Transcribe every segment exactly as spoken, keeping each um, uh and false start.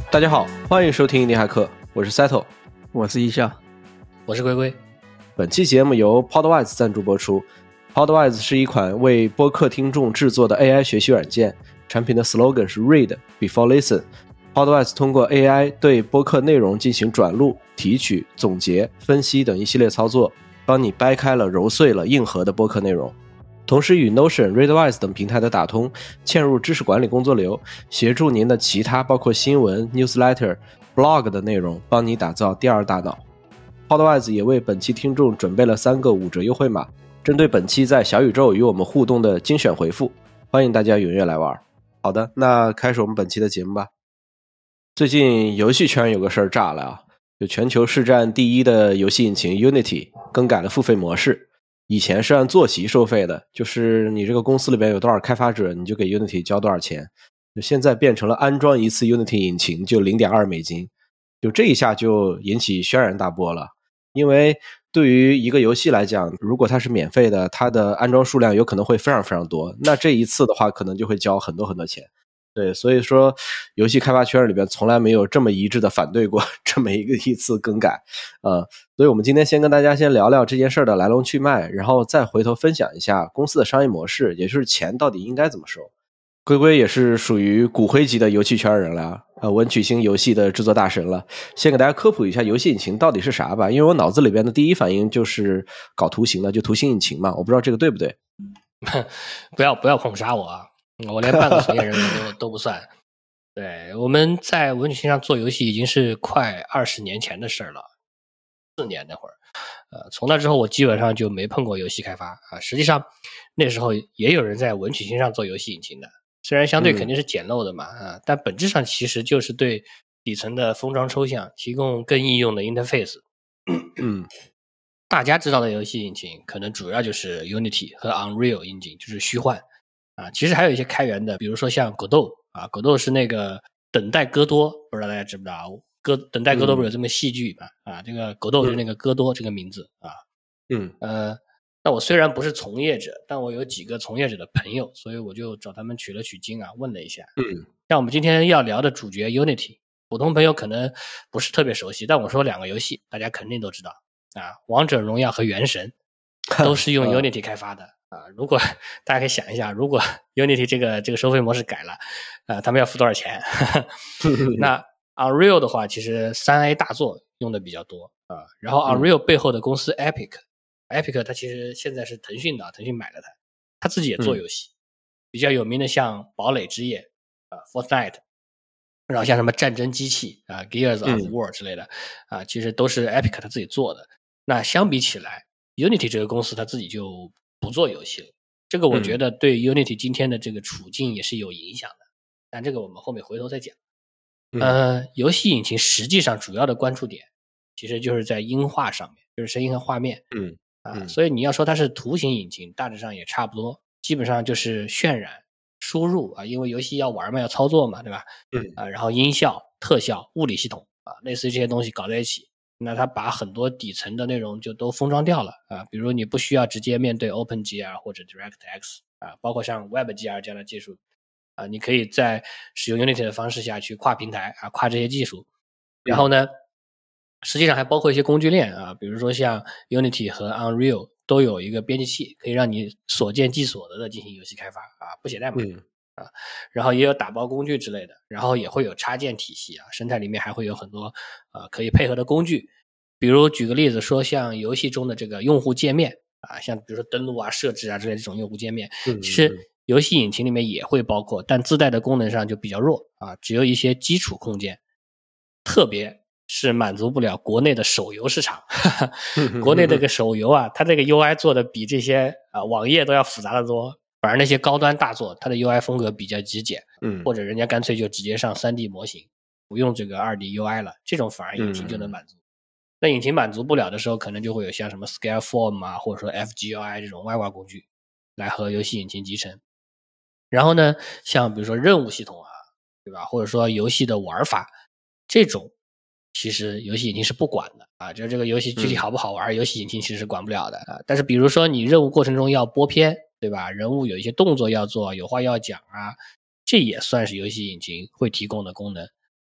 大家好，欢迎收听印尼骇客，我是 Settle， 我是一笑， 我是龟龟。 本期节目由 Podwise 赞助播出。Podwise 是一款为播客听众制作的 A I 学习软件，产品的 slogan 是 Read Before Listen。Podwise 通过 A I 对播客内容进行转录、提取、总结、分析等一系列操作，帮你掰开了、揉碎了、硬核的播客内容。同时与 Notion、Readwise 等平台的打通，嵌入知识管理工作流，协助您的其他包括新闻、newsletter、blog 的内容，帮你打造第二大脑。Podwise 也为本期听众准备了三个五折优惠码，针对本期在小宇宙与我们互动的精选回复，欢迎大家踊跃来玩。好的，那开始我们本期的节目吧。最近游戏圈有个事儿炸了啊，就全球市占第一的游戏引擎 Unity 更改了付费模式。以前是按坐席收费的，就是你这个公司里边有多少开发者，你就给 Unity 交多少钱。现在变成了安装一次 Unity 引擎就 零点二美金，就这一下就引起轩然大波了。因为对于一个游戏来讲，如果它是免费的，它的安装数量有可能会非常非常多，那这一次的话可能就会交很多很多钱。对，所以说游戏开发圈里边从来没有这么一致的反对过这么一个一次更改。呃，所以我们今天先跟大家先聊聊这件事的来龙去脉，然后再回头分享一下公司的商业模式，也就是钱到底应该怎么收。龟龟也是属于骨灰级的游戏圈人了，呃，文曲星游戏的制作大神了。先给大家科普一下游戏引擎到底是啥吧，因为我脑子里边的第一反应就是搞图形的，就图形引擎嘛，我不知道这个对不对。 不要不要捧杀我啊！我连半个从业人员都都不算。对，我们在文曲星上做游戏已经是快二十年前的事了，四年那会儿，呃，从那之后我基本上就没碰过游戏开发啊。实际上那时候也有人在文曲星上做游戏引擎的，虽然相对肯定是简陋的嘛，嗯、啊，但本质上其实就是对底层的封装抽象提供更易用的 interface。 嗯， 大家知道的游戏引擎可能主要就是 Unity 和 Unreal Engine， 就是虚幻啊。其实还有一些开源的，比如说像狗豆啊，狗豆是那个等待戈多，不知道大家知不知道？哥等待戈多不是有这么戏剧嘛？嗯、啊，这个狗豆是那个戈多这个名字啊。 嗯， 呃，那我虽然不是从业者，但我有几个从业者的朋友，所以我就找他们取了取经啊，问了一下。 嗯， 像我们今天要聊的主角 Unity， 普通朋友可能不是特别熟悉，但我说两个游戏，大家肯定都知道啊，王者荣耀和原神都是用 Unity 开发的。啊，如果大家可以想一下，如果 Unity 这个这个收费模式改了，呃，他们要付多少钱？那 Unreal 的话，其实 三 A 大作用的比较多啊。然后 Unreal 背后的公司 Epic，Epic、嗯、它其实现在是腾讯的，腾讯买了它，它自己也做游戏，嗯、比较有名的像堡垒之夜啊 ，Fortnite， 然后像什么战争机器啊 ，Gears of War 之类的、嗯、啊，其实都是 Epic 它自己做的。那相比起来 ，Unity 这个公司它自己就不做游戏了，这个我觉得对 Unity 今天的这个处境也是有影响的，但这个我们后面回头再讲。呃，游戏引擎实际上主要的关注点其实就是在音画上面，就是声音和画面。 嗯啊、呃，所以你要说它是图形引擎，大致上也差不多，基本上就是渲染、输入啊，因为游戏要玩嘛，要操作嘛，对吧？ 嗯啊、呃，然后音效、特效、物理系统啊，类似于这些东西搞在一起。那它把很多底层的内容就都封装掉了啊，比如你不需要直接面对 OpenGL 或者 DirectX 啊，包括像 WebGL 这样的技术啊，你可以在使用 Unity 的方式下去跨平台啊，跨这些技术。然后呢，实际上还包括一些工具链啊，比如说像 Unity 和 Unreal 都有一个编辑器，可以让你所见即所得的进行游戏开发啊，不写代码。 嗯啊，然后也有打包工具之类的，然后也会有插件体系啊，生态里面还会有很多呃可以配合的工具，比如举个例子说，像游戏中的这个用户界面啊，像比如说登录啊、设置啊之类的这种用户界面， 嗯、 其实游戏引擎里面也会包括，但自带的功能上就比较弱啊，只有一些基础控件，特别是满足不了国内的手游市场。国内这个手游啊，它这个 U I 做的比这些啊网页都要复杂的多。反而那些高端大作，它的 U I 风格比较极简， 嗯， 或者人家干脆就直接上 三 D 模型，不用这个 二 D U I 了，这种反而引擎就能满足。嗯、那引擎满足不了的时候，可能就会有像什么 Scareform 啊，或者说 F G L I 这种外挂工具来和游戏引擎集成。然后呢，像比如说任务系统啊，对吧？或者说游戏的玩法，这种其实游戏引擎是不管的啊，就是这个游戏具体好不好玩，嗯、游戏引擎其实是管不了的啊。但是比如说你任务过程中要播片，对吧？人物有一些动作要做，有话要讲啊，这也算是游戏引擎会提供的功能。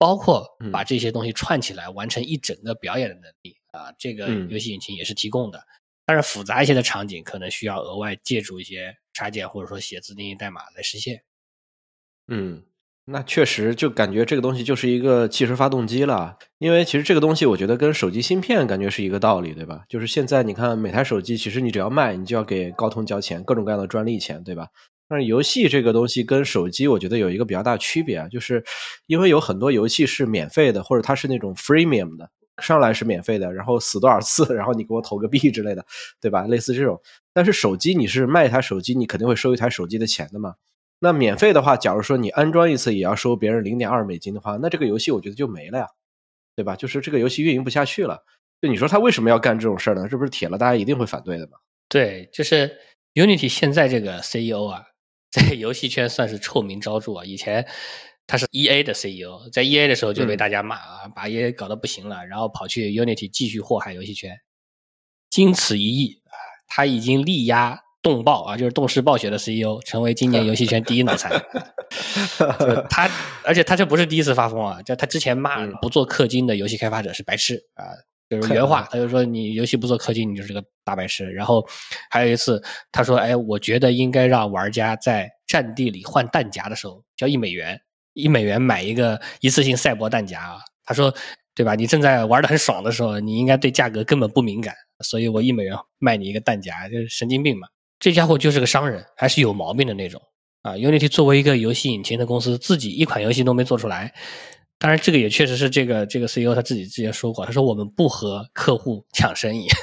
包括把这些东西串起来完成一整个表演的能力啊，这个嗯游戏引擎也是提供的。当然复杂一些的场景可能需要额外借助一些插件或者说写自定义代码来实现。 嗯，那确实就感觉这个东西就是一个汽车发动机了，因为其实这个东西我觉得跟手机芯片感觉是一个道理，对吧？就是现在你看每台手机，其实你只要卖，你就要给高通交钱，各种各样的专利钱，对吧？但是游戏这个东西跟手机我觉得有一个比较大的区别啊，就是因为有很多游戏是免费的，或者它是那种 freemium 的，上来是免费的，然后死多少次，然后你给我投个币之类的，对吧？类似这种。但是手机你是卖一台手机，你肯定会收一台手机的钱的嘛。那免费的话，假如说你安装一次也要收别人 零点二美金的话，那这个游戏我觉得就没了呀，对吧？就是这个游戏运营不下去了。就你说他为什么要干这种事儿呢？这不是铁了大家一定会反对的吗？ 对，就是 Unity 现在这个 C E O 啊，在游戏圈算是臭名昭著啊。以前他是 E A 的 C E O， 在 E A 的时候就被大家骂啊，嗯、把 E A 搞得不行了，然后跑去 Unity 继续祸害游戏圈。经此一役啊，他已经力压动暴啊，就是动视暴雪的 C E O， 成为今年游戏圈第一脑残。就他，而且他这不是第一次发疯啊，就他之前骂不做氪金的游戏开发者是白痴啊。就是原话，他就说你游戏不做氪金，你就是个大白痴。然后还有一次，他说：“哎，我觉得应该让玩家在战地里换弹夹的时候交一美元，一美元买一个一次性赛博弹夹啊。”他说：“对吧？你正在玩得很爽的时候，你应该对价格根本不敏感，所以我一美元卖你一个弹夹，就是神经病嘛。”这家伙就是个商人，还是有毛病的那种啊 ！Unity 作为一个游戏引擎的公司，自己一款游戏都没做出来。当然，这个也确实是这个这个 C E O 他自己之前说过，他说我们不和客户抢生意，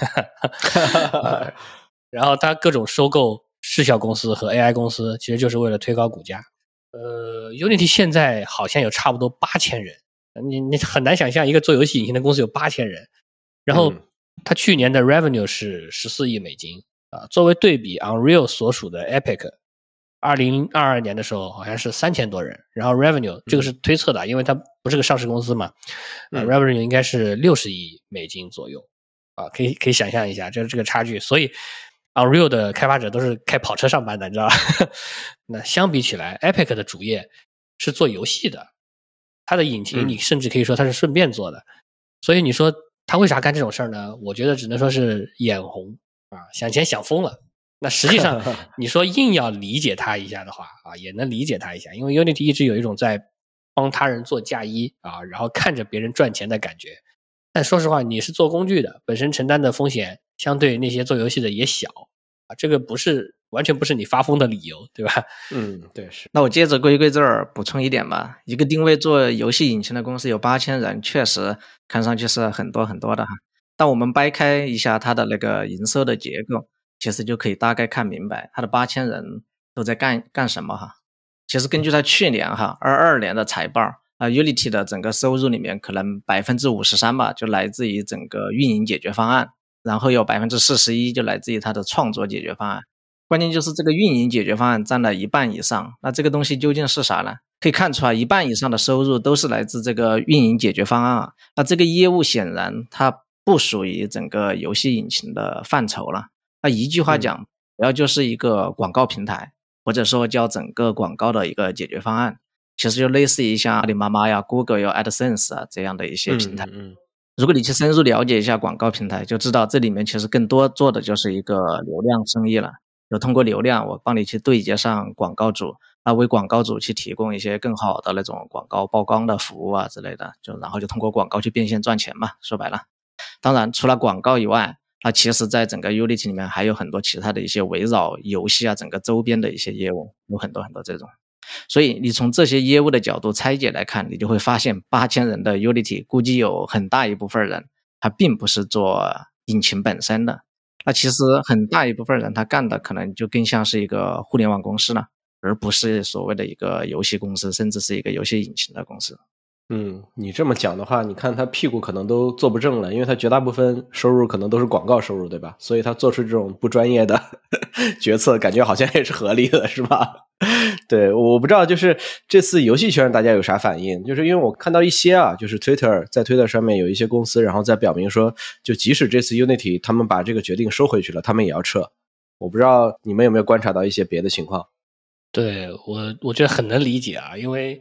然后他各种收购视效公司和 A I 公司，其实就是为了推高股价。呃 ，Unity 现在好像有差不多八千人，你你很难想象一个做游戏引擎的公司有八千人。然后他去年的 revenue 是十四亿美金啊，作为对比 ，Unreal 所属的 Epic。二零二二年的时候好像是三千多人，然后 revenue 这个是推测的，因为它不是个上市公司嘛，呃 revenue 应该是六十亿美金左右啊，可以可以想象一下，这这个差距。所以 Unreal 的开发者都是开跑车上班的，你知道吧？那相比起来 ，Epic 的主业是做游戏的，它的引擎你甚至可以说它是顺便做的，所以你说他为啥干这种事儿呢？我觉得只能说是眼红啊，想钱想疯了。那实际上，你说硬要理解他一下的话啊，也能理解他一下，因为 Unity 一直有一种在帮他人做嫁衣啊，然后看着别人赚钱的感觉。但说实话，你是做工具的，本身承担的风险相对那些做游戏的也小啊，这个不是完全不是你发疯的理由，对吧？ 嗯，对，是。 那我接着归归这儿补充一点吧，一个定位做游戏引擎的公司有八千人，确实看上去是很多很多的哈。但我们掰开一下它的那个营收的结构，其实就可以大概看明白它的八千人都在干干什么哈。其实根据它去年哈二二年的财报啊 ，Unity 的整个收入里面可能 百分之五十三 吧，就来自于整个运营解决方案，然后有 百分之四十一 就来自于它的创作解决方案。关键就是这个运营解决方案占了一半以上，那这个东西究竟是啥呢？可以看出来一半以上的收入都是来自这个运营解决方案啊，那这个业务显然它不属于整个游戏引擎的范畴了。那一句话讲，主要就是一个广告平台，或者说叫整个广告的一个解决方案，其实就类似于像阿里妈妈呀、Google 有 AdSense 啊这样的一些平台。 嗯嗯嗯如果你去深入了解一下广告平台，就知道这里面其实更多做的就是一个流量生意了。有通过流量，我帮你去对接上广告主，那为广告主去提供一些更好的那种广告曝光的服务啊之类的，就然后就通过广告去变现赚钱嘛，说白了。当然，除了广告以外，那其实在整个 Unity 里面还有很多其他的一些围绕游戏啊整个周边的一些业务，有很多很多这种。所以你从这些业务的角度拆解来看，你就会发现八千人的 Unity 估计有很大一部分人他并不是做引擎本身的，那其实很大一部分人他干的可能就更像是一个互联网公司了，而不是所谓的一个游戏公司，甚至是一个游戏引擎的公司。 嗯，你这么讲的话，你看他屁股可能都坐不正了，因为他绝大部分收入可能都是广告收入，对吧？所以他做出这种不专业的决策，感觉好像也是合理的，是吧？对，我不知道就是这次游戏圈大家有啥反应，就是因为我看到一些啊，就是 Twitter 在 Twitter 上面有一些公司，然后在表明说，就即使这次 Unity 他们把这个决定收回去了，他们也要撤。我不知道你们有没有观察到一些别的情况？ 对，我我觉得很能理解啊，因为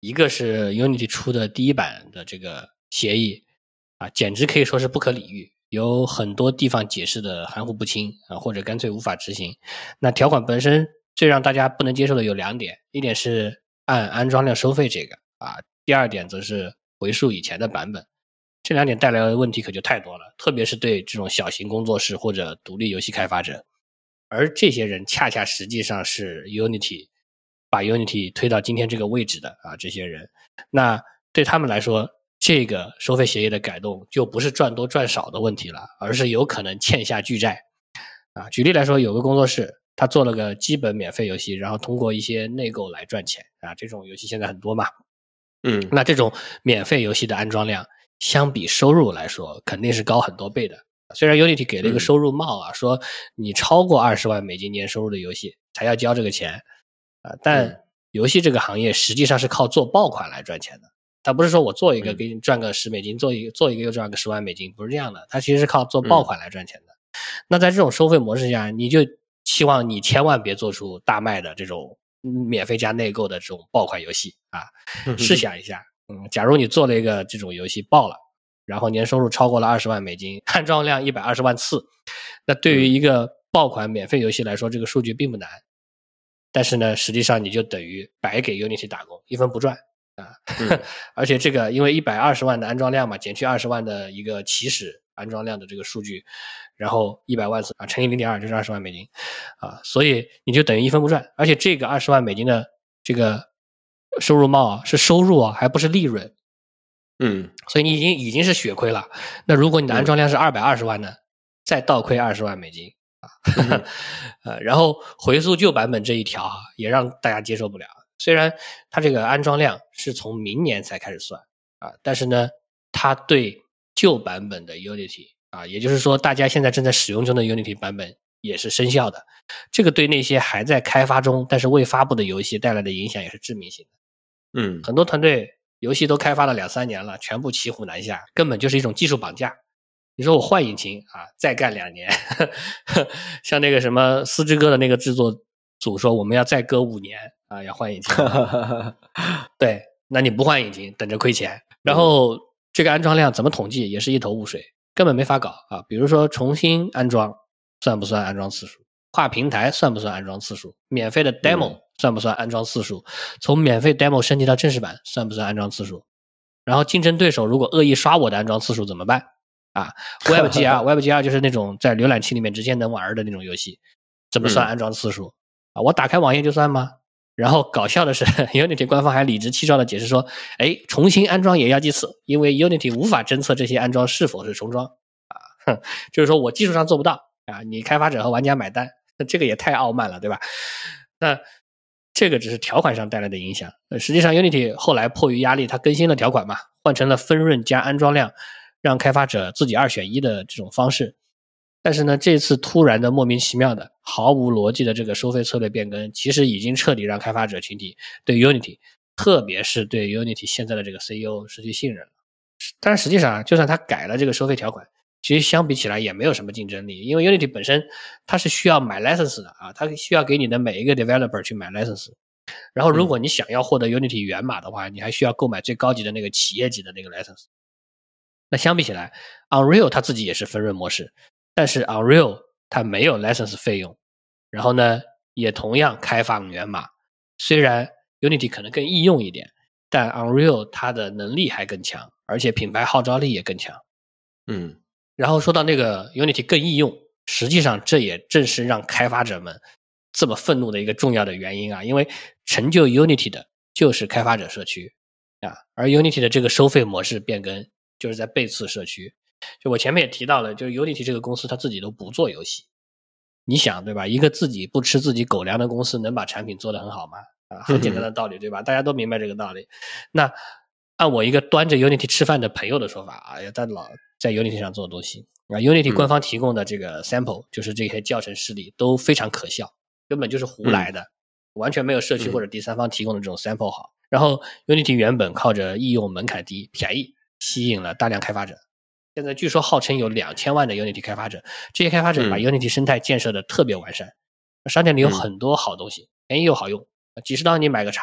一个是 Unity 出的第一版的这个协议啊，简直可以说是不可理喻，有很多地方解释的含糊不清啊，或者干脆无法执行。那条款本身最让大家不能接受的有两点，一点是按安装量收费这个啊，第二点则是回溯以前的版本。这两点带来的问题可就太多了，特别是对这种小型工作室或者独立游戏开发者。而这些人恰恰实际上是 Unity 把 Unity 推到今天这个位置的啊，这些人。那对他们来说，这个收费协议的改动就不是赚多赚少的问题了，而是有可能欠下巨债啊。举例来说，有个工作室他做了个基本免费游戏，然后通过一些内购来赚钱啊，这种游戏现在很多嘛。 嗯， 那这种免费游戏的安装量相比收入来说肯定是高很多倍的。虽然 Unity 给了一个收入帽啊，嗯、说你超过二十万美金年收入的游戏才要交这个钱啊、呃，但游戏这个行业实际上是靠做爆款来赚钱的。它不是说我做一个给你赚个十美金，做一个做一个又赚个十万美金，不是这样的。它其实是靠做爆款来赚钱的。嗯、那在这种收费模式下，你就希望你千万别做出大卖的这种免费加内购的这种爆款游戏啊！试想一下，嗯，假如你做了一个这种游戏爆了。然后年收入超过了二十万美金，安装量一百二十万次，那对于一个爆款免费游戏来说，这个数据并不难。但是呢，实际上你就等于白给 Unity 打工，一分不赚啊！嗯、而且这个因为一百二十万的安装量嘛，减去二十万的一个起始安装量的这个数据，然后一百万次啊乘以 零点二 就是二十万美金啊，所以你就等于一分不赚。而且这个二十万美金的这个收入帽啊，是收入啊，还不是利润。 嗯， 所以你已经已经是血亏了。那如果你的安装量是二百二十万呢，嗯、再倒亏二十万美金啊，嗯、呃，然后回溯旧版本这一条啊，也让大家接受不了。虽然它这个安装量是从明年才开始算啊，但是呢，它对旧版本的 Unity 啊，也就是说大家现在正在使用中的 Unity 版本也是生效的。这个对那些还在开发中但是未发布的游戏带来的影响也是致命性的。 嗯， 很多团队。游戏都开发了两三年了，全部骑虎难下，根本就是一种技术绑架。你说我换引擎啊，再干两年，呵呵像那个什么四之歌的那个制作组说我们要再割五年啊，要换引擎。对，那你不换引擎，等着亏钱。然后这个安装量怎么统计也是一头雾水，根本没法搞啊。比如说重新安装算不算安装次数？跨平台算不算安装次数？免费的 demo、嗯、算不算安装次数？从免费 demo 升级到正式版算不算安装次数？然后竞争对手如果恶意刷我的安装次数怎么办？啊 ，WebGL WebGL 就是那种在浏览器里面直接能玩的那种游戏，怎么算安装次数？嗯、啊，我打开网页就算吗？然后搞笑的是 Unity 官方还理直气壮的解释说，哎，重新安装也要计次，因为 Unity 无法侦测这些安装是否是重装啊，哼，就是说我技术上做不到啊，你开发者和玩家买单。那这个也太傲慢了，对吧？那这个只是条款上带来的影响。呃，实际上 Unity 后来迫于压力，它更新了条款嘛，换成了分润加安装量，让开发者自己二选一的这种方式。但是呢，这次突然的莫名其妙的、毫无逻辑的这个收费策略变更，其实已经彻底让开发者群体对 Unity， 特别是对 Unity 现在的这个 C E O 失去信任了。但是实际上，就算他改了这个收费条款，其实相比起来也没有什么竞争力，因为 Unity 本身它是需要买 license 的啊，它需要给你的每一个 developer 去买 license。然后如果你想要获得 Unity 源码的话，你还需要购买最高级的那个企业级的那个 license。那相比起来 Unreal 它自己也是分润模式，但是 Unreal 它没有 license 费用，然后呢也同样开放源码。虽然 Unity 可能更易用一点，但 Unreal 它的能力还更强，而且品牌号召力也更强。 嗯。 然后说到那个 Unity 更易用，实际上这也正是让开发者们这么愤怒的一个重要的原因啊，因为成就 Unity 的就是开发者社区啊，而 Unity 的这个收费模式变更就是在背刺社区。就我前面也提到了，就是 Unity 这个公司它自己都不做游戏，你想对吧？一个自己不吃自己狗粮的公司能把产品做得很好吗？啊，很简单的道理对吧？大家都明白这个道理。那按我一个端着 Unity 吃饭的朋友的说法啊，在老在 Unity 上做东西啊 ，Unity 官方提供的这个 sample、嗯、就是这些教程示例都非常可笑，根本就是胡来的，嗯、完全没有社区或者第三方提供的这种 sample 好。嗯、然后 Unity 原本靠着易用、门槛低、便宜，吸引了大量开发者。现在据说号称有两千万的 Unity 开发者，这些开发者把 Unity 生态建设的特别完善，嗯、商店里有很多好东西，便宜又好用，几十刀你买个插件。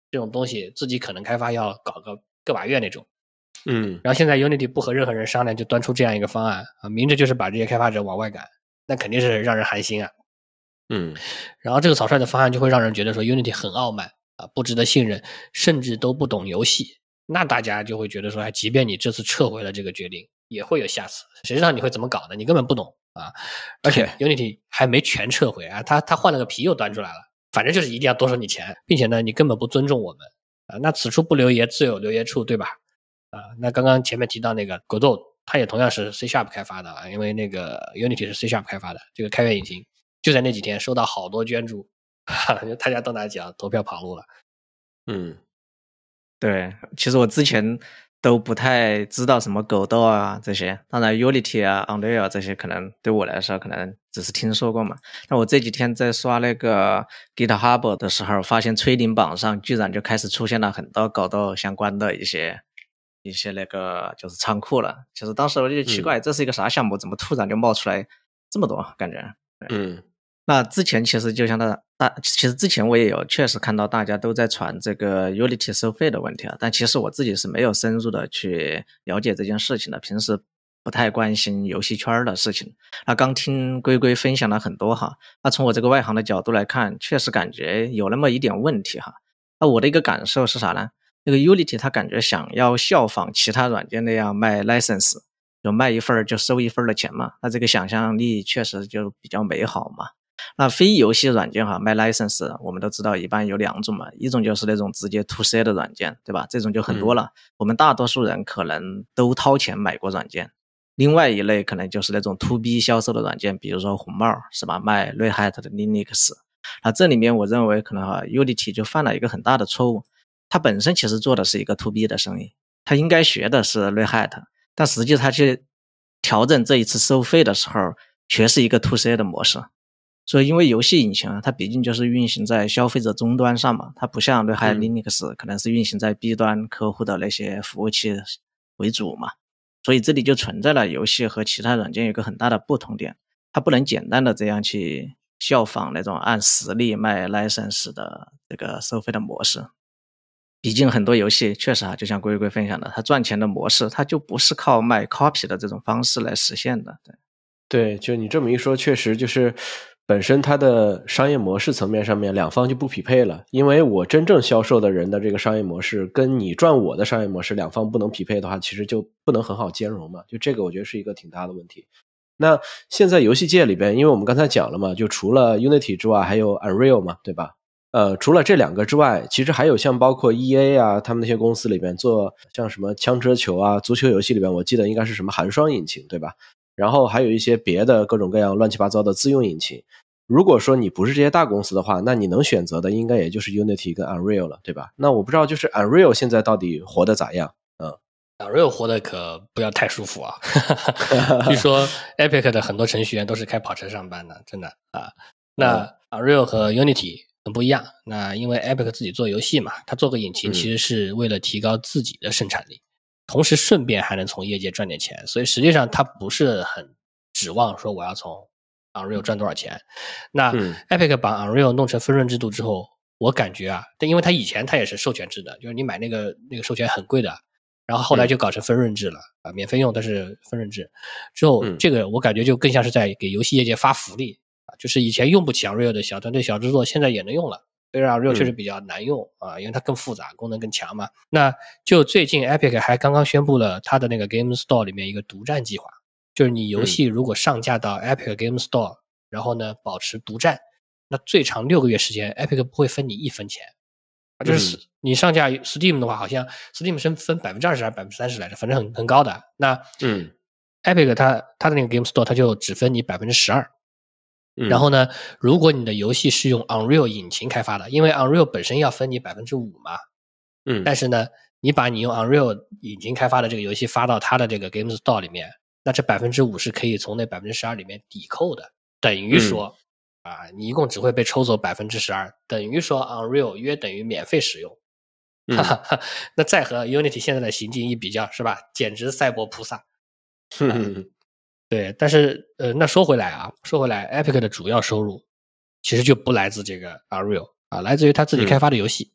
这种东西自己可能开发要搞个个把月那种。 嗯， 然后现在 Unity 不和任何人商量就端出这样一个方案啊，明着就是把这些开发者往外赶，那肯定是让人寒心啊。 嗯， 然后这个草率的方案就会让人觉得说 Unity 很傲慢啊，不值得信任，甚至都不懂游戏。那大家就会觉得说，哎，即便你这次撤回了这个决定，也会有下次，谁知道你会怎么搞的？你根本不懂啊！而且 Unity 还没全撤回啊，他他换了个皮又端出来了，反正就是一定要多收你钱，并且呢，你根本不尊重我们啊！那此处不留爷，自有留爷处，对吧？啊，那刚刚前面提到那个狗豆，它也同样是 C Sharp 开发的啊，因为那个 Unity 是 C Sharp 开发的，这个开源引擎就在那几天收到好多捐助，大家都拿奖投票跑路了。 嗯， 对，其实我之前都不太知道什么狗豆啊这些，当然 Unity 啊 Unreal 这些可能对我来说可能只是听说过嘛。但我这几天在刷那个 GitHub 的时候，发现吹顶榜上居然就开始出现了很多狗豆相关的一些一些那个就是仓库了。其实当时我就奇怪， 嗯、 这是一个啥项目，怎么突然就冒出来这么多感觉？ 嗯。 那之前其实就像大大，其实之前我也有确实看到大家都在传这个 Unity 收费的问题啊，但其实我自己是没有深入的去了解这件事情的，平时不太关心游戏圈的事情。那刚听龟龟分享了很多哈，那从我这个外行的角度来看，确实感觉有那么一点问题哈。那我的一个感受是啥呢？那个 Unity 它感觉想要效仿其他软件那样卖 license， 就卖一份就收一份的钱嘛，那这个想象力确实就比较美好嘛。那非游戏软件哈，卖 license 我们都知道一般有两种嘛，一种就是那种直接 to C 的软件，对吧？这种就很多了，嗯、我们大多数人可能都掏钱买过软件。另外一类可能就是那种 to B 销售的软件，比如说红帽是吧，卖 Red Hat 的 Linux。那这里面我认为可能哈 Unity 就犯了一个很大的错误，它本身其实做的是一个 to B 的生意，它应该学的是 Red Hat， 但实际它去调整这一次收费的时候，却是一个 to C 的模式。所以因为游戏引擎啊，它毕竟就是运行在消费者终端上嘛，它不像 Red Hat Linux 可能是运行在 B 端客户的那些服务器为主嘛，所以这里就存在了游戏和其他软件有一个很大的不同点，它不能简单的这样去效仿那种按实力卖 license 的这个收费的模式。毕竟很多游戏确实啊，就像龟龟分享的，它赚钱的模式它就不是靠卖 copy 的这种方式来实现的。对， 对，就你这么一说，确实就是本身它的商业模式层面上面两方就不匹配了，因为我真正销售的人的这个商业模式跟你赚我的商业模式两方不能匹配的话，其实就不能很好兼容嘛，就这个我觉得是一个挺大的问题。那现在游戏界里边，因为我们刚才讲了嘛，就除了 Unity 之外还有 Unreal 嘛，对吧？呃，除了这两个之外，其实还有像包括 E A 啊，他们那些公司里边做像什么枪车球啊、足球游戏里边，我记得应该是什么寒霜引擎，对吧？然后还有一些别的各种各样乱七八糟的自用引擎。如果说你不是这些大公司的话，那你能选择的应该也就是 Unity 跟 Unreal 了，对吧？那我不知道就是 Unreal 现在到底活得咋样？嗯 Unreal 活得可不要太舒服啊！据说 Epic 的很多程序员都是开跑车上班的，真的啊。那 Unreal 和 Unity 很不一样。那因为 Epic 自己做游戏嘛，他做个引擎其实是为了提高自己的生产力。嗯，同时顺便还能从业界赚点钱，所以实际上他不是很指望说我要从 Unreal 赚多少钱。那 Epic 把 Unreal 弄成分润制度之后，我感觉啊，但因为他以前他也是授权制的，就是你买那个那个授权很贵的，然后后来就搞成分润制了啊，免费用但是分润制。之后这个我感觉就更像是在给游戏业界发福利啊，就是以前用不起 Unreal 的小团队小制作，现在也能用了。虽然 Unreal 确实比较难用啊，因为它更复杂，功能更强嘛。那就最近 Epic 还刚刚宣布了它的那个 Game Store 里面一个独占计划，就是你游戏如果上架到 Epic Game Store，然后呢保持独占，那最长六个月时间 Epic 不会分你一分钱。就是你上架 Steam 的话，好像 Steam 是分 百分之二十 还是 百分之三十 来着，反正很很高的。那嗯 Epic 它它的那个 Game Store 它就只分你 百分之十二。然后呢，如果你的游戏是用 Unreal 引擎开发的，因为 Unreal 本身要分你 百分之五 嘛， 嗯， 但是呢，你把你用 Unreal 引擎开发的这个游戏发到它的这个 Game Store 里面，那这 百分之五 是可以从那 百分之十二 里面抵扣的，等于说、嗯、啊，你一共只会被抽走 百分之十二， 等于说 Unreal 约等于免费使用。嗯、哈哈，那再和 Unity 现在的行径一比较，是吧？简直赛博菩萨。 嗯对，但是呃，那说回来啊，说回来 ，Epic 的主要收入其实就不来自这个 Unreal 啊，来自于他自己开发的游戏、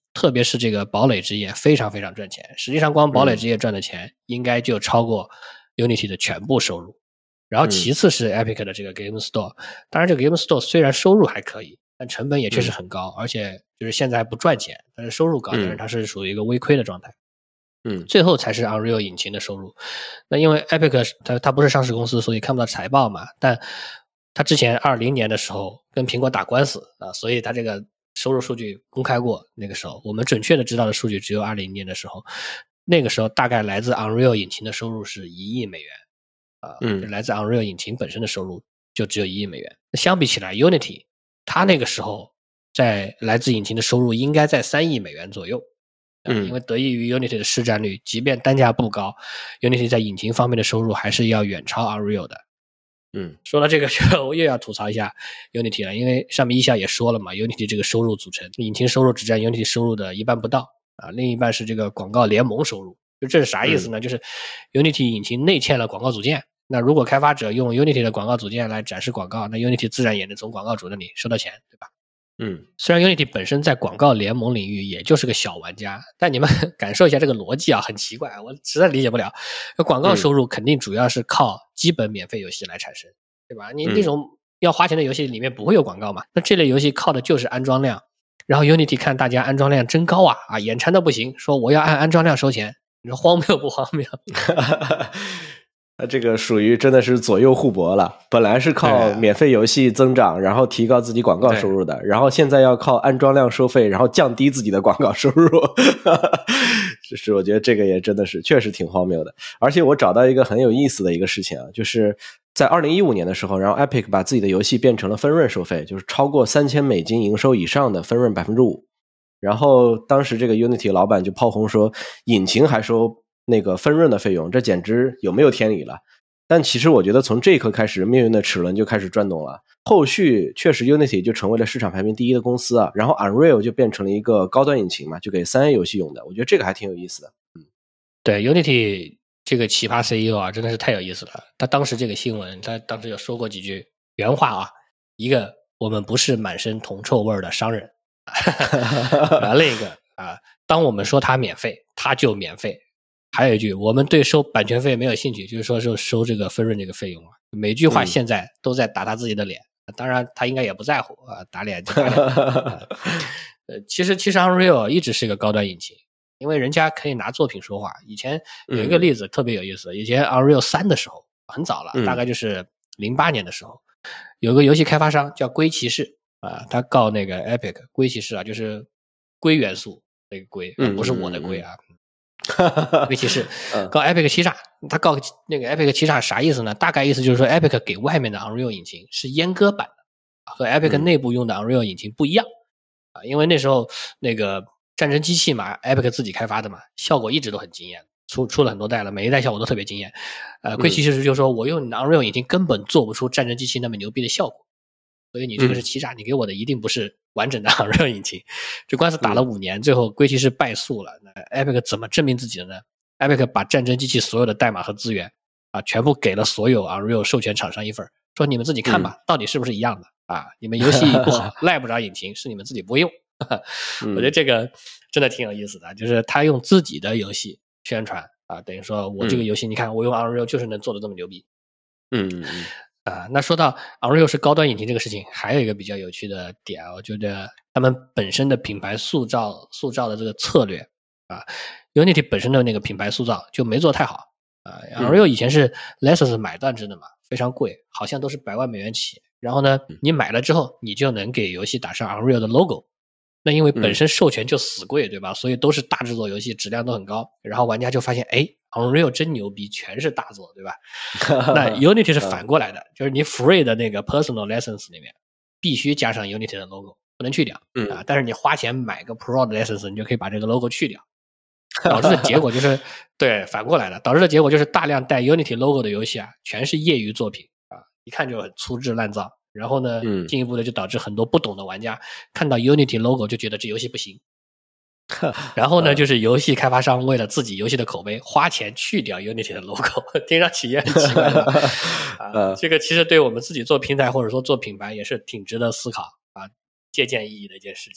特别是这个堡垒之夜非常非常赚钱。实际上光堡垒之夜赚的钱应该就超过 Unity 的全部收入。然后其次是 Epic 的这个 Game Store，当然这个 Game Store 虽然收入还可以，但成本也确实很高，而且就是现在还不赚钱，但是收入高，但是它是属于一个微亏的状态。 嗯， 最后才是 Unreal 引擎的收入。那因为 Epic 它它不是上市公司，所以看不到财报嘛，但它之前二零年的时候跟苹果打官司啊，所以它这个收入数据公开过，那个时候我们准确的知道的数据只有二零年的时候，那个时候大概来自 Unreal 引擎的收入是一亿美元。啊， 嗯， 来自 Unreal 引擎本身的收入就只有一亿美元。相比起来 ，Unity 它那个时候在来自引擎的收入应该在三亿美元左右。嗯，因为得益于 Unity 的市占率，即便单价不高 ，Unity 在引擎方面的收入还是要远超 Unreal 的。 嗯， 说到这个，我又要吐槽一下 Unity 了，因为上面一下也说了嘛 ，Unity 这个收入组成，引擎收入只占 Unity 收入的一半不到啊，另一半是这个广告联盟收入。就这是啥意思呢？ 嗯、 就是 Unity 引擎内嵌了广告组件。那如果开发者用 Unity 的广告组件来展示广告，那 Unity 自然也能从广告主那里收到钱，对吧？ 嗯， 虽然 Unity 本身在广告联盟领域也就是个小玩家，但你们感受一下这个逻辑啊，很奇怪，我实在理解不了。广告收入肯定主要是靠基本免费游戏来产生，对吧？你那种要花钱的游戏里面不会有广告嘛？那这类游戏靠的就是安装量。然后 Unity 看大家安装量真高啊，啊，眼馋的不行，说我要按安装量收钱，你说荒谬不荒谬？ 那这个属于真的是左右互搏了，本来是靠免费游戏增长，然后提高自己广告收入的，然后现在要靠安装量收费，然后降低自己的广告收入。就是我觉得这个也真的是确实挺荒谬的。而且我找到一个很有意思的一个事情啊，就是在二零一五年的时候，然后 Epic 把自己的游戏变成了分润收费，就是超过三千美金营收以上的分润 百分之五。 然后当时这个 Unity 老板就炮轰说，引擎还收那个分润的费用，这简直有没有天理了。但其实我觉得从这一刻开始，命运的齿轮就开始转动了。后续确实 Unity 就成为了市场排名第一的公司啊，然后 Unreal 就变成了一个高端引擎嘛，就给三 A 游戏用的。我觉得这个还挺有意思的。嗯， 对 Unity 这个奇葩 C E O 啊，真的是太有意思了。他当时这个新闻，他当时有说过几句原话啊，一个我们不是满身铜臭味的商人，然后另一个啊，当我们说它免费，它就免费。还有一句，我们对收版权费没有兴趣，就是说是收这个分润这个费用嘛。每句话现在都在打他自己的脸，嗯、当然他应该也不在乎啊，打脸就打脸。呃，其实其实 Unreal 一直是个高端引擎，因为人家可以拿作品说话。以前有一个例子特别有意思，以前 Unreal 三的时候很早了，大概就是零八年的时候，有个游戏开发商叫龟骑士啊，他告那个 Epic 龟骑士啊，就是龟元素那个龟，不是我的龟啊。龟骑士告 Epic 欺诈，他告那个 Epic 欺诈啥意思呢？大概意思就是说 Epic 给外面的 Unreal 引擎是阉割版的，和 Epic 内部用的 Unreal 引擎不一样啊、嗯，因为那时候那个战争机器嘛 ，Epic 自己开发的嘛，效果一直都很惊艳，出出了很多代了，每一代效果都特别惊艳。呃，龟骑士就说我用你的 Unreal 引擎根本做不出战争机器那么牛逼的效果，所以你这个是欺诈，你给我的一定不是完整的 Unreal 引擎。这官司打了五年，最后龟骑士败诉了。那 Epic 怎么证明自己的呢？ Epic 把战争机器所有的代码和资源啊，全部给了所有 Unreal 授权厂商一份，说你们自己看吧，到底是不是一样的啊？你们游戏不好，赖不着引擎，是你们自己不会用。我觉得这个真的挺有意思的，就是他用自己的游戏宣传啊，等于说我这个游戏，你看我用 Unreal 就是能做的这么牛逼。 嗯嗯嗯。 啊，那说到 Unreal 是高端引擎这个事情，还有一个比较有趣的点，我觉得他们本身的品牌塑造塑造的这个策略啊 ，Unity 本身的那个品牌塑造就没做太好啊。Unreal 以前是 license 买断制的嘛，非常贵，好像都是百万美元起。然后呢，你买了之后，你就能给游戏打上 Unreal 的 logo。那因为本身授权就死贵，对吧？所以都是大制作游戏，质量都很高。然后玩家就发现，哎 ，Unreal 真牛逼，全是大作，对吧？那 Unity 是反过来的，就是你 free 的那个 personal license 里面必须加上 Unity 的 logo， 不能去掉、嗯、啊。但是你花钱买个 Pro 的 license， 你就可以把这个 logo 去掉。导致的结果就是对反过来的，导致的结果就是大量带 Unity logo 的游戏啊，全是业余作品啊，一看就很粗制滥造。然后呢， 嗯， 进一步的就导致很多不懂的玩家看到 Unity logo 就觉得这游戏不行。然后呢，就是游戏开发商为了自己游戏的口碑，花钱去掉 Unity 的 logo， 听上去也很奇怪的啊。这个其实对我们自己做平台或者说做品牌也是挺值得思考啊，借鉴意义的一件事情。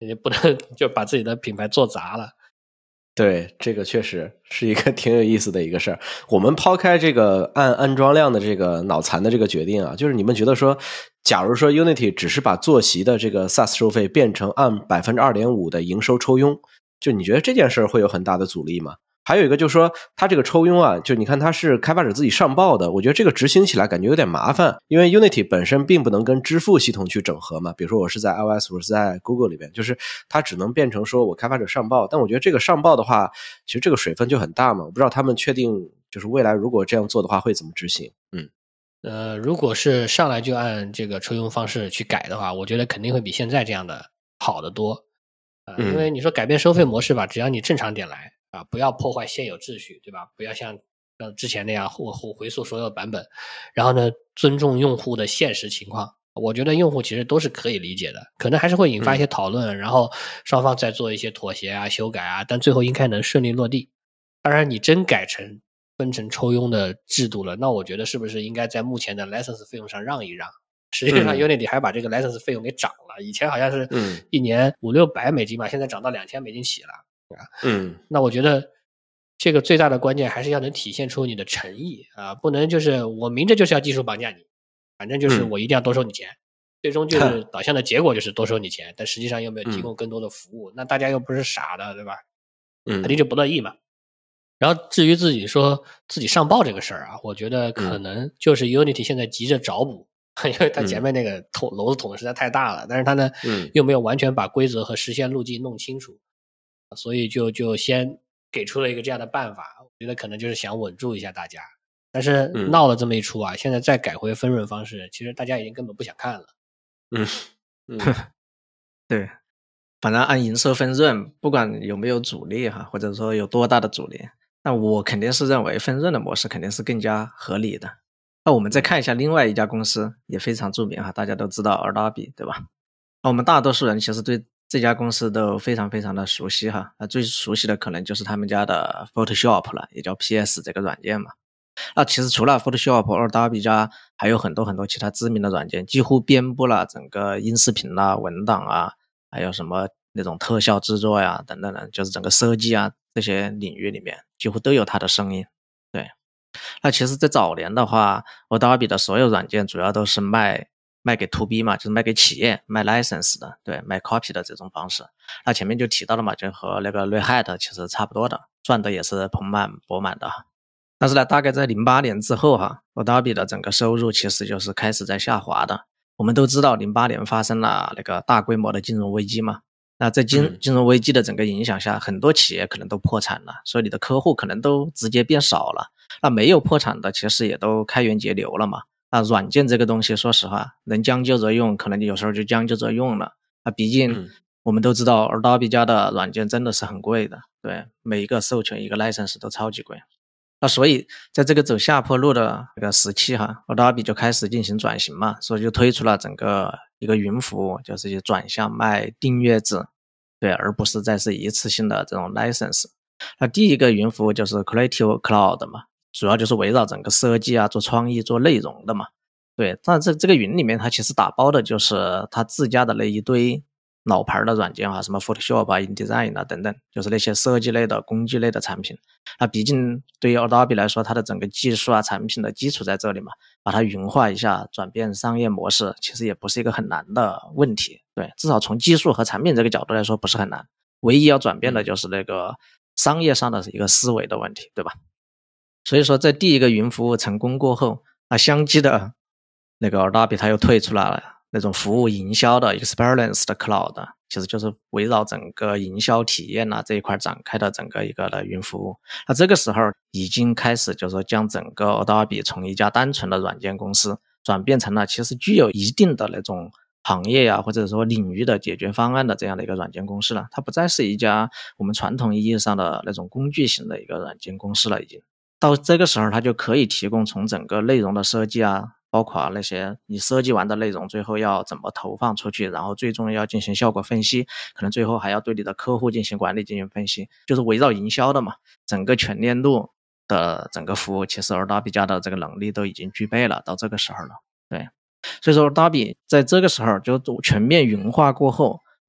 你不能就把自己的品牌做砸了。 对，这个确实是一个挺有意思的一个事儿。我们抛开这个按安装量的这个脑残的这个决定啊，就是你们觉得说，假如说 Unity 只是把坐席的这个 SaaS 收费变成按 百分之二点五 的营收抽佣，就你觉得这件事儿会有很大的阻力吗？还有一个就是说，它这个抽佣啊，就你看它是开发者自己上报的，我觉得这个执行起来感觉有点麻烦，因为 Unity 本身并不能跟支付系统去整合嘛。比如说我是在 iOS， 我是在 Google 里边，就是它只能变成说我开发者上报。但我觉得这个上报的话，其实这个水分就很大嘛。我不知道他们确定就是未来如果这样做的话会怎么执行。嗯， 呃，如果是上来就按这个抽佣方式去改的话，我觉得肯定会比现在这样的好得多。呃，因为你说改变收费模式吧，只要你正常点来啊，不要破坏现有秩序，对吧？不要像呃之前那样回回溯所有版本，然后呢，尊重用户的现实情况。我觉得用户其实都是可以理解的，可能还是会引发一些讨论，嗯、然后双方再做一些妥协啊、修改啊，但最后应该能顺利落地。当然，你真改成分成抽佣的制度了，那我觉得是不是应该在目前的 license 费用上让一让？实际上 Unity 还把这个 license 费用给涨了，以前好像是一年五六百美金吧，现在涨到两千美金起了。 嗯， 那我觉得这个最大的关键还是要能体现出你的诚意啊，不能就是我明着就是要技术绑架你，反正就是我一定要多收你钱，嗯、最终就是导向的结果就是多收你钱，但实际上又没有提供更多的服务，嗯、那大家又不是傻的，对吧？ 嗯， 肯定就不乐意嘛。然后至于自己说自己上报这个事儿啊，我觉得可能就是 Unity 现在急着找补。因为它前面那个桶篓子捅的实在太大了，但是它呢、嗯、又没有完全把规则和实现路径弄清楚，所以就就先给出了一个这样的办法，我觉得可能就是想稳住一下大家。但是闹了这么一出啊，嗯、现在再改回分润方式，其实大家已经根本不想看了。 嗯嗯， 对，反正按营收分润，不管有没有阻力哈，或者说有多大的阻力，那我肯定是认为分润的模式肯定是更加合理的。那我们再看一下另外一家公司也非常著名哈，大家都知道 Adobe 对吧？那我们大多数人其实对这家公司都非常非常的熟悉哈，那最熟悉的可能就是他们家的 Photoshop 了，也叫 P S 这个软件嘛。那其实除了 Photoshop、Adobe 家还有很多很多其他知名的软件，几乎遍布了整个音视频啊、文档啊，还有什么那种特效制作呀等等的，就是整个设计啊这些领域里面几乎都有它的声音。对。那其实在早年的话 Adobe 的所有软件主要都是卖卖给 to B 嘛，就是卖给企业卖 license 的，对，卖 copy 的这种方式。那前面就提到了嘛，就和那个 Red Hat 其实差不多的，赚的也是盆满钵满的。但是呢，大概在零八年之后哈 Adobe 的整个收入其实就是开始在下滑的。我们都知道零八年发生了那个大规模的金融危机嘛，那在金金融危机的整个影响下，很多企业可能都破产了，所以你的客户可能都直接变少了。那没有破产的其实也都开源节流了嘛。那软件这个东西说实话能将就着用，可能有时候就将就着用了。那毕竟我们都知道 Adobe 家的软件真的是很贵的，对，每一个授权一个 license 都超级贵。那所以在这个走下坡路的这个时期哈 Adobe 就开始进行转型嘛，所以就推出了整个一个云服务，就是转向卖订阅制，对，而不是再是一次性的这种 license。那第一个云服务就是 Creative Cloud 嘛，主要就是围绕整个设计啊、做创意、做内容的嘛。对，但这这个云里面它其实打包的就是它自家的那一堆老牌的软件啊，什么 Photoshop 啊、InDesign 啊等等，就是那些设计类的、工具类的产品。那毕竟对于 Adobe 来说，它的整个技术啊、产品的基础在这里嘛，把它云化一下，转变商业模式，其实也不是一个很难的问题。对，至少从技术和产品这个角度来说不是很难，唯一要转变的就是那个商业上的一个思维的问题，对吧？所以说在第一个云服务成功过后，那相继的那个 Adobe 它又推出了那种服务营销的 Experience 的 Cloud， 其实就是围绕整个营销体验啊这一块展开的整个一个的云服务。那这个时候已经开始就是说将整个 Adobe 从一家单纯的软件公司转变成了其实具有一定的那种行业啊或者说领域的解决方案的这样的一个软件公司了，它不再是一家我们传统意义上的那种工具型的一个软件公司了，已经到这个时候它就可以提供从整个内容的设计啊，包括那些你设计完的内容最后要怎么投放出去，然后最终要进行效果分析，可能最后还要对你的客户进行管理进行分析，就是围绕营销的嘛，整个全链路的整个服务其实 Adobe 家的这个能力都已经具备了，到这个时候了。对，所以说 Adobe 在这个时候就全面云化过后，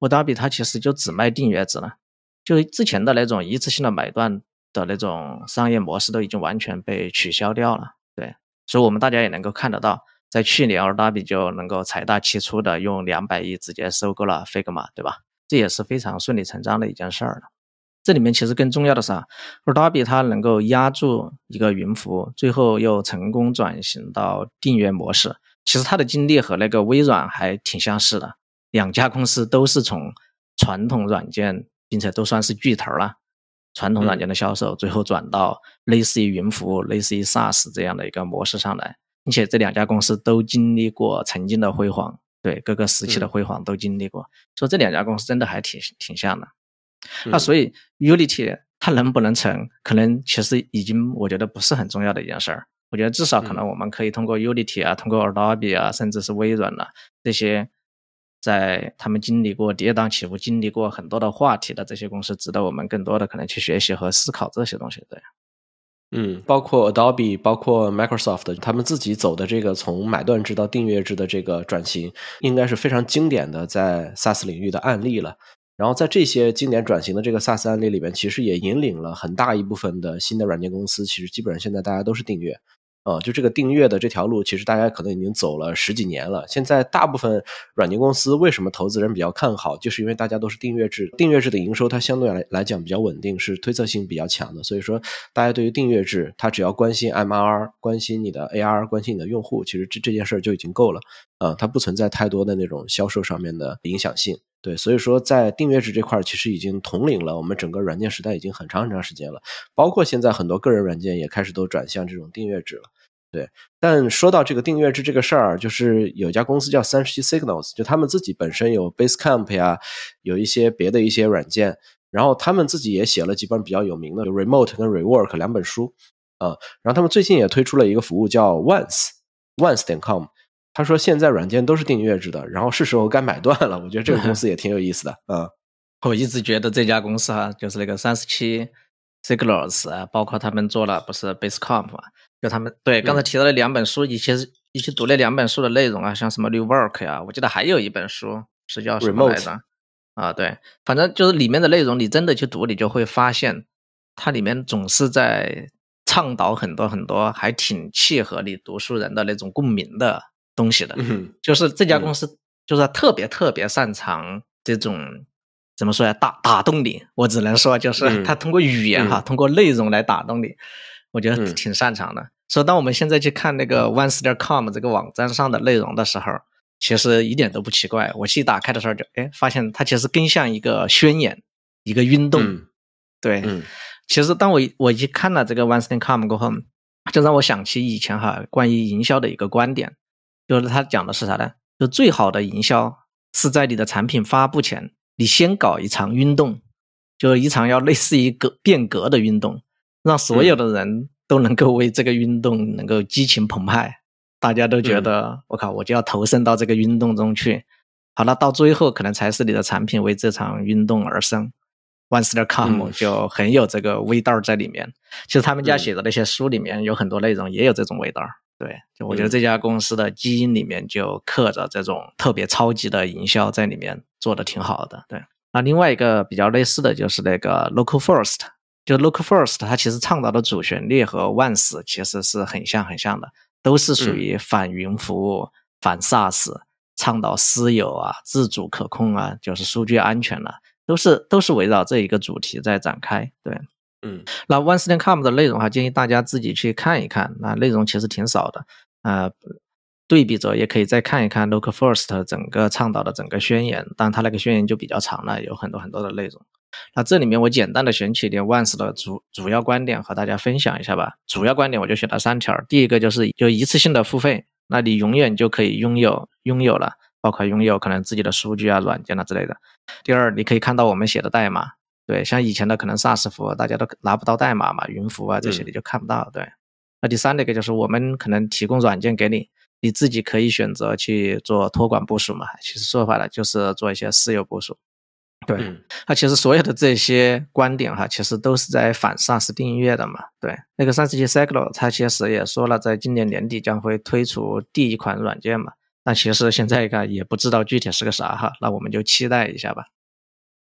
Adobe 它其实就只卖订阅制了，就之前的那种一次性的买断的那种商业模式都已经完全被取消掉了。对，所以我们大家也能够看得到，在去年 Adobe 就能够财大气粗的用两百亿直接收购了 Figma， 对吧？这也是非常顺理成章的一件事儿了。这里面其实更重要的是啊 Adobe 它能够压住一个云服务，最后又成功转型到订阅模式。其实它的经历和那个微软还挺相似的，两家公司都是从传统软件，并且都算是巨头了，传统软件的销售，最后转到类似于云服务、类似于 SaaS 这样的一个模式上来，并且这两家公司都经历过曾经的辉煌，对，各个时期的辉煌都经历过，所以这两家公司真的还挺挺像的。那所以 Unity 它能不能成，可能其实已经我觉得不是很重要的一件事儿。我觉得至少可能我们可以通过 Unity 啊，通过 Adobe 啊，甚至是微软啊，这些在他们经历过跌宕起伏、经历过很多的话题的这些公司，值得我们更多的可能去学习和思考这些东西。对。 嗯，包括 Adobe， 包括 Microsoft， 他们自己走的这个从买断制到订阅制的这个转型，应该是非常经典的在 SaaS 领域的案例了。然后在这些经典转型的这个 SaaS 案例里面，其实也引领了很大一部分的新的软件公司，其实基本上现在大家都是订阅。啊、呃，就这个订阅的这条路，其实大家可能已经走了十几年了。现在大部分软件公司为什么投资人比较看好，就是因为大家都是订阅制，订阅制的营收它相对来来讲比较稳定，是推测性比较强的。所以说，大家对于订阅制，它只要关心 M R R， 关心你的 A R R， 关心你的用户，其实这这件事就已经够了。啊、呃，它不存在太多的那种销售上面的影响性。对，所以说在订阅制这块其实已经统领了我们整个软件时代已经很长很长时间了，包括现在很多个人软件也开始都转向这种订阅制了。对，但说到这个订阅制这个事儿，就是有一家公司叫三十七 Signals， 就他们自己本身有 Basecamp 呀，有一些别的一些软件，然后他们自己也写了几本比较有名的，有 Remote 跟 Rework 两本书啊、呃，然后他们最近也推出了一个服务叫 Once Once 点 com。他说现在软件都是订阅制的，然后是时候该买断了。我觉得这个公司也挺有意思的。嗯， 我一直觉得这家公司啊，就是那个三十七 Signals 啊，包括他们做了不是 Basecamp 嘛，就他们对刚才提到的两本书，一起一起读了两本书的内容啊，像什么 Rework 呀、啊，我记得还有一本书是叫什么来着？啊，对，反正就是里面的内容，你真的去读，你就会发现它里面总是在倡导很多很多还挺契合你读书人的那种共鸣的东西的。 嗯， 就是这家公司就是特别特别擅长这种怎么说呀，打打动你。我只能说就是他通过语言哈、嗯、通过内容来打动你，我觉得挺擅长的。嗯、所以当我们现在去看那个 once 点 com 这个网站上的内容的时候，其实一点都不奇怪。我一打开的时候就哎发现它其实更像一个宣言，一个运动。 嗯、 对、 嗯， 其实当我我一看了这个 once 点 com 过后，就让我想起以前哈关于营销的一个观点。就是他讲的是啥呢？就最好的营销是在你的产品发布前，你先搞一场运动，就一场要类似于革变革的运动，让所有的人都能够为这个运动能够激情澎湃，大家都觉得我靠，我就要投身到这个运动中去。好了，到最后可能才是你的产品为这场运动而生。once 点 com 就很有这个味道在里面。其实他们家写的那些书里面有很多内容也有这种味道。对，就我觉得这家公司的基因里面就刻着这种特别超级的营销在里面，做的挺好的。对，那另外一个比较类似的就是那个 Local First， 就 Local First 它其实倡导的主旋律和 Once 其实是很像很像的，都是属于反云服务、嗯、反 SaaS， 倡导私有啊、自主可控啊，就是数据安全啊，都是都是围绕这一个主题在展开。对。 嗯， 那 once 点 com 的内容哈，建议大家自己去看一看，那内容其实挺少的，呃，对比着也可以再看一看 Local First 整个倡导的整个宣言，但它那个宣言就比较长了，有很多很多的内容。那这里面我简单的选取一点 once 的主主要观点和大家分享一下吧。主要观点我就选了三条，第一个就是就一次性的付费，那你永远就可以拥有拥有了，包括拥有可能自己的数据啊、软件啊之类的。第二，你可以看到我们写的代码。对，像以前的可能 SaaS 服务大家都拿不到代码嘛，云服务啊这些你就看不到。嗯、对，那第三那个就是我们可能提供软件给你，你自己可以选择去做托管部署嘛，其实说白了就是做一些私有部署。对，嗯、那其实所有的这些观点哈，其实都是在反 SaaS 订阅的嘛。对，那个三十七 Signals 它其实也说了，在今年年底将会推出第一款软件嘛，但其实现在看也不知道具体是个啥哈，那我们就期待一下吧。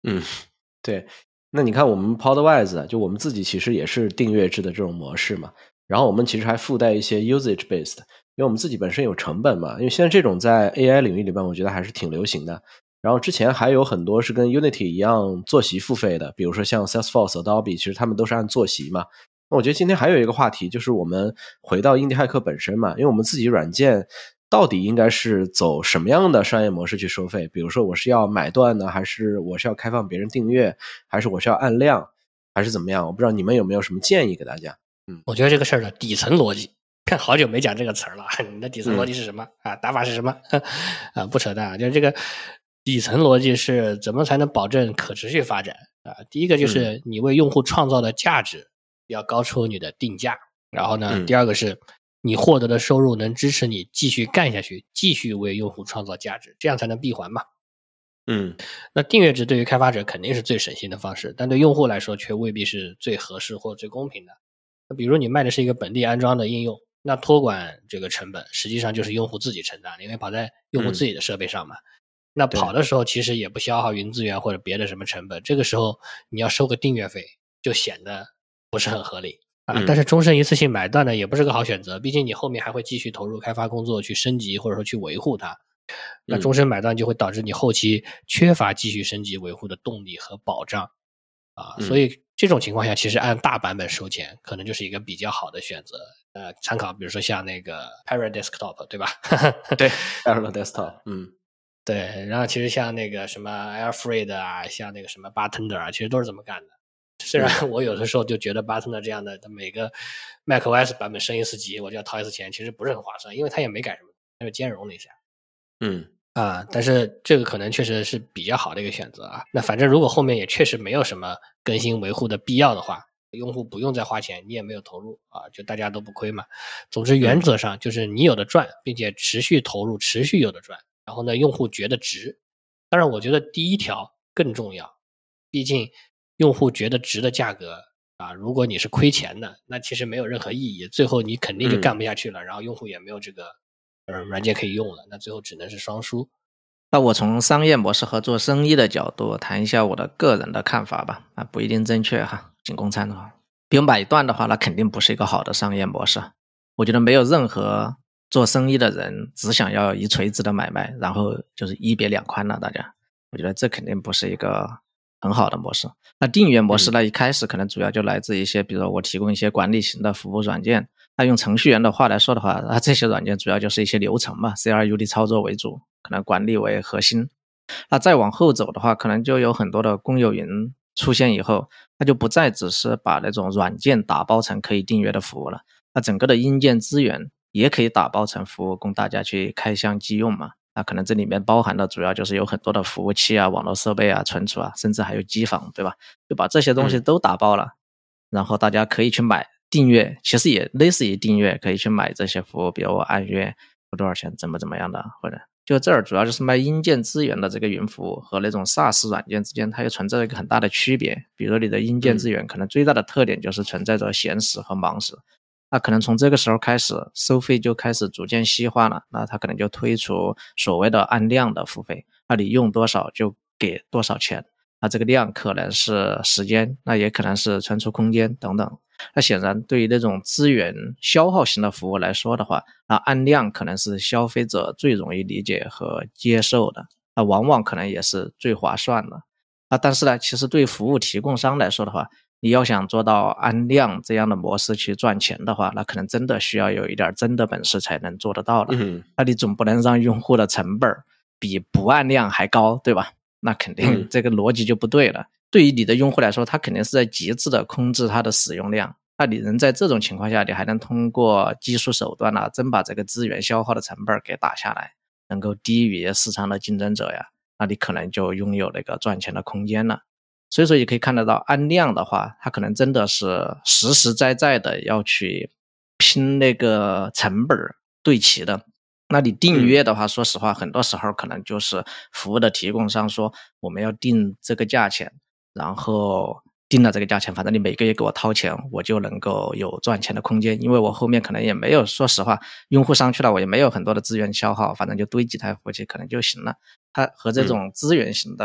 嗯，对。那你看我们 Podwise 就我们自己其实也是订阅制的这种模式嘛，然后我们其实还附带一些 usage based， 因为我们自己本身有成本嘛，因为现在这种在 A I 领域里边我觉得还是挺流行的。然后之前还有很多是跟 Unity 一样坐席付费的，比如说像 Salesforce、Adobe， 其实他们都是按坐席嘛。那我觉得今天还有一个话题就是我们回到印地骇客本身嘛，因为我们自己软件到底应该是走什么样的商业模式去收费？比如说我是要买断呢，还是我是要开放别人订阅，还是我是要按量，还是怎么样？我不知道你们有没有什么建议给大家。嗯， 我觉得这个事儿的底层逻辑，看好久没讲这个词儿了，你的底层逻辑是什么、嗯、啊？打法是什么？啊，不扯淡啊，就是这个底层逻辑是怎么才能保证可持续发展啊？第一个就是你为用户创造的价值要高出你的定价，然后呢， 嗯、 第二个是你获得的收入能支持你继续干下去，继续为用户创造价值，这样才能闭环嘛。 嗯， 那订阅制对于开发者肯定是最省心的方式，但对用户来说却未必是最合适或最公平的。那比如你卖的是一个本地安装的应用，那托管这个成本实际上就是用户自己承担，因为跑在用户自己的设备上嘛。嗯、那跑的时候其实也不消耗云资源或者别的什么成本，这个时候你要收个订阅费就显得不是很合理啊。 嗯、 但是终身一次性买断呢也不是个好选择，毕竟你后面还会继续投入开发工作去升级或者说去维护它。那终身买断就会导致你后期缺乏继续升级维护的动力和保障啊，所以这种情况下其实按大版本收钱可能就是一个比较好的选择。呃，参考比如说像那个 Parallel Desktop 对吧？ 对 Parallel Desktop 嗯， 对，然后其实像那个什么 Airfree 啊，像那个什么 Bartender 啊，其实都是这么干的。虽然我有的时候就觉得 Bartender 这样的每个 macOS 版本升一次级我就要掏一次钱，其实不是很划算，因为它也没改什么，它就兼容了一下。 嗯啊，但是这个可能确实是比较好的一个选择啊。那反正如果后面也确实没有什么更新维护的必要的话，用户不用再花钱，你也没有投入啊，就大家都不亏嘛。总之原则上就是你有的赚，并且持续投入，持续有的赚。然后呢，用户觉得值。当然，我觉得第一条更重要，毕竟用户觉得值的价格啊，如果你是亏钱的，那其实没有任何意义，最后你肯定就干不下去了，嗯、然后用户也没有这个。呃，软件可以用了，那最后只能是双输。 那我从商业模式和做生意的角度谈一下我的个人的看法吧，啊，不一定正确哈，仅供参考。比如买断的话，那肯定不是一个好的商业模式。我觉得没有任何做生意的人只想要一锤子的买卖，然后就是一别两宽了，大家，我觉得这肯定不是一个很好的模式。那订阅模式呢，一开始可能主要就来自一些，比如说我提供一些管理型的服务软件。那用程序员的话来说的话，那这些软件主要就是一些流程嘛 ，C R U D 操作为主，可能管理为核心。那再往后走的话，可能就有很多的公有云出现以后，它就不再只是把那种软件打包成可以订阅的服务了，那整个的硬件资源也可以打包成服务供大家去开箱即用嘛。那可能这里面包含的主要就是有很多的服务器啊、网络设备啊、存储啊，甚至还有机房，对吧？就把这些东西都打包了，嗯、然后大家可以去买订阅，其实也类似于订阅，可以去买这些服务，比如我按月付多少钱，怎么怎么样的，或者就这儿主要就是卖硬件资源的这个云服务和那种 SaaS 软件之间，它又存在一个很大的区别。比如说你的硬件资源可能最大的特点就是存在着闲时和忙时，那可能从这个时候开始收费就开始逐渐细化了，那它可能就推出所谓的按量的付费，那你用多少就给多少钱，那这个量可能是时间，那也可能是存储空间等等。那显然对于那种资源消耗型的服务来说的话，那按量可能是消费者最容易理解和接受的，那往往可能也是最划算的。啊，但是呢，其实对服务提供商来说的话，你要想做到按量这样的模式去赚钱的话，那可能真的需要有一点真的本事才能做得到的。嗯，那你总不能让用户的成本比不按量还高，对吧？那肯定这个逻辑就不对了。嗯，对于你的用户来说，他肯定是在极致的控制他的使用量。那你能在这种情况下，你还能通过技术手段啊，真把这个资源消耗的成本给打下来，能够低于市场的竞争者呀，那你可能就拥有那个赚钱的空间了。所以说也可以看得到，按量的话，它可能真的是实实在在的要去拼那个成本对齐的。那你订阅的话，说实话，很多时候可能就是服务的提供商说我们要定这个价钱，然后定了这个价钱，反正你每个月给我掏钱，我就能够有赚钱的空间，因为我后面可能也没有，说实话，用户上去了，我也没有很多的资源消耗，反正就堆几台服务器可能就行了。它和这种资源型的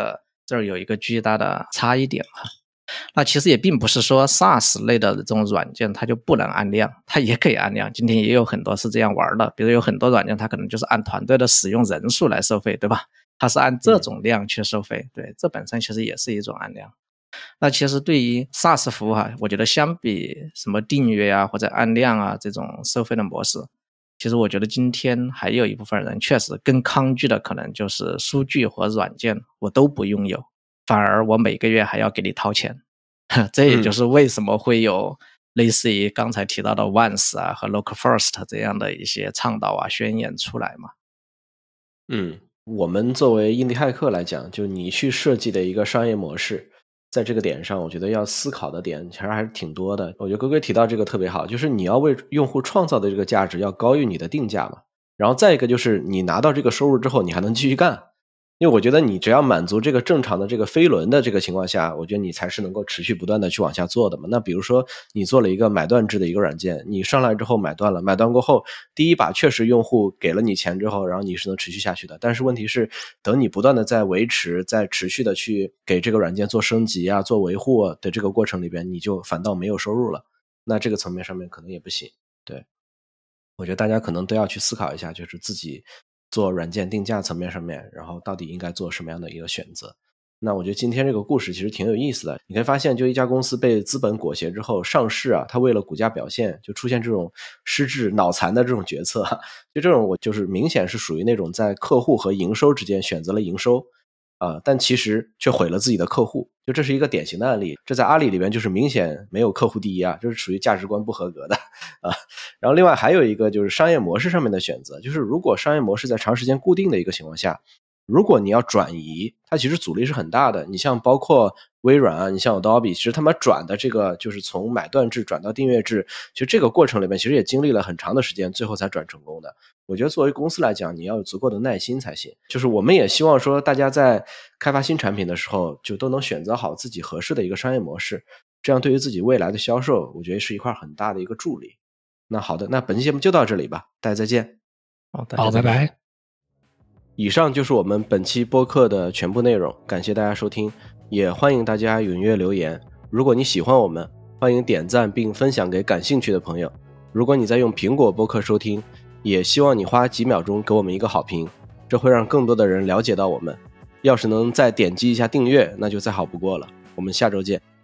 这儿有一个巨大的差异点哈。那其实也并不是说 SaaS 类的这种软件它就不能按量，它也可以按量。今天也有很多是这样玩的，比如有很多软件它可能就是按团队的使用人数来收费，对吧？它是按这种量去收费，对，这本身其实也是一种按量。那其实对于 SaaS 服务哈，我觉得相比什么订阅啊或者按量啊这种收费的模式，其实我觉得今天还有一部分人确实更抗拒的可能就是数据和软件我都不拥有，反而我每个月还要给你掏钱。这也就是为什么会有类似于刚才提到的 Once 啊和 Local First 这样的一些倡导啊宣言出来嘛。 嗯，我们作为印地骇客来讲，就你去设计的一个商业模式，在这个点上我觉得要思考的点其实还是挺多的。我觉得龟龟提到这个特别好，就是你要为用户创造的这个价值要高于你的定价嘛。然后再一个就是你拿到这个收入之后你还能继续干，因为我觉得你只要满足这个正常的这个飞轮的这个情况下，我觉得你才是能够持续不断的去往下做的嘛。那比如说你做了一个买断制的一个软件，你上来之后买断了，买断过后第一把确实用户给了你钱之后，然后你是能持续下去的。但是问题是等你不断的在维持在持续的去给这个软件做升级啊做维护的这个过程里边，你就反倒没有收入了，那这个层面上面可能也不行。对，我觉得大家可能都要去思考一下，就是自己做软件定价层面上面，然后到底应该做什么样的一个选择。那我觉得今天这个故事其实挺有意思的，你可以发现就一家公司被资本裹挟之后上市啊，它为了股价表现就出现这种失智脑残的这种决策，就这种我就是明显是属于那种在客户和营收之间选择了营收啊、呃，但其实却毁了自己的客户，就这是一个典型的案例。这在阿里里边就是明显没有客户第一啊，就是属于价值观不合格的啊。然后另外还有一个就是商业模式上面的选择，就是如果商业模式在长时间固定的一个情况下，如果你要转移，它其实阻力是很大的。你像包括微软啊，你像 Adobe， 其实他们转的这个就是从买断制转到订阅制，其实这个过程里面其实也经历了很长的时间，最后才转成功的。我觉得作为公司来讲，你要有足够的耐心才行。就是我们也希望说大家在开发新产品的时候就都能选择好自己合适的一个商业模式，这样对于自己未来的销售我觉得是一块很大的一个助力。那好的，那本期节目就到这里吧，大家再见。 好，大家好，拜拜。 以上就是我们本期播客的全部内容，感谢大家收听，也欢迎大家踊跃留言。如果你喜欢我们，欢迎点赞并分享给感兴趣的朋友。如果你在用苹果播客收听，也希望你花几秒钟给我们一个好评，这会让更多的人了解到我们。要是能再点击一下订阅，那就再好不过了。我们下周见。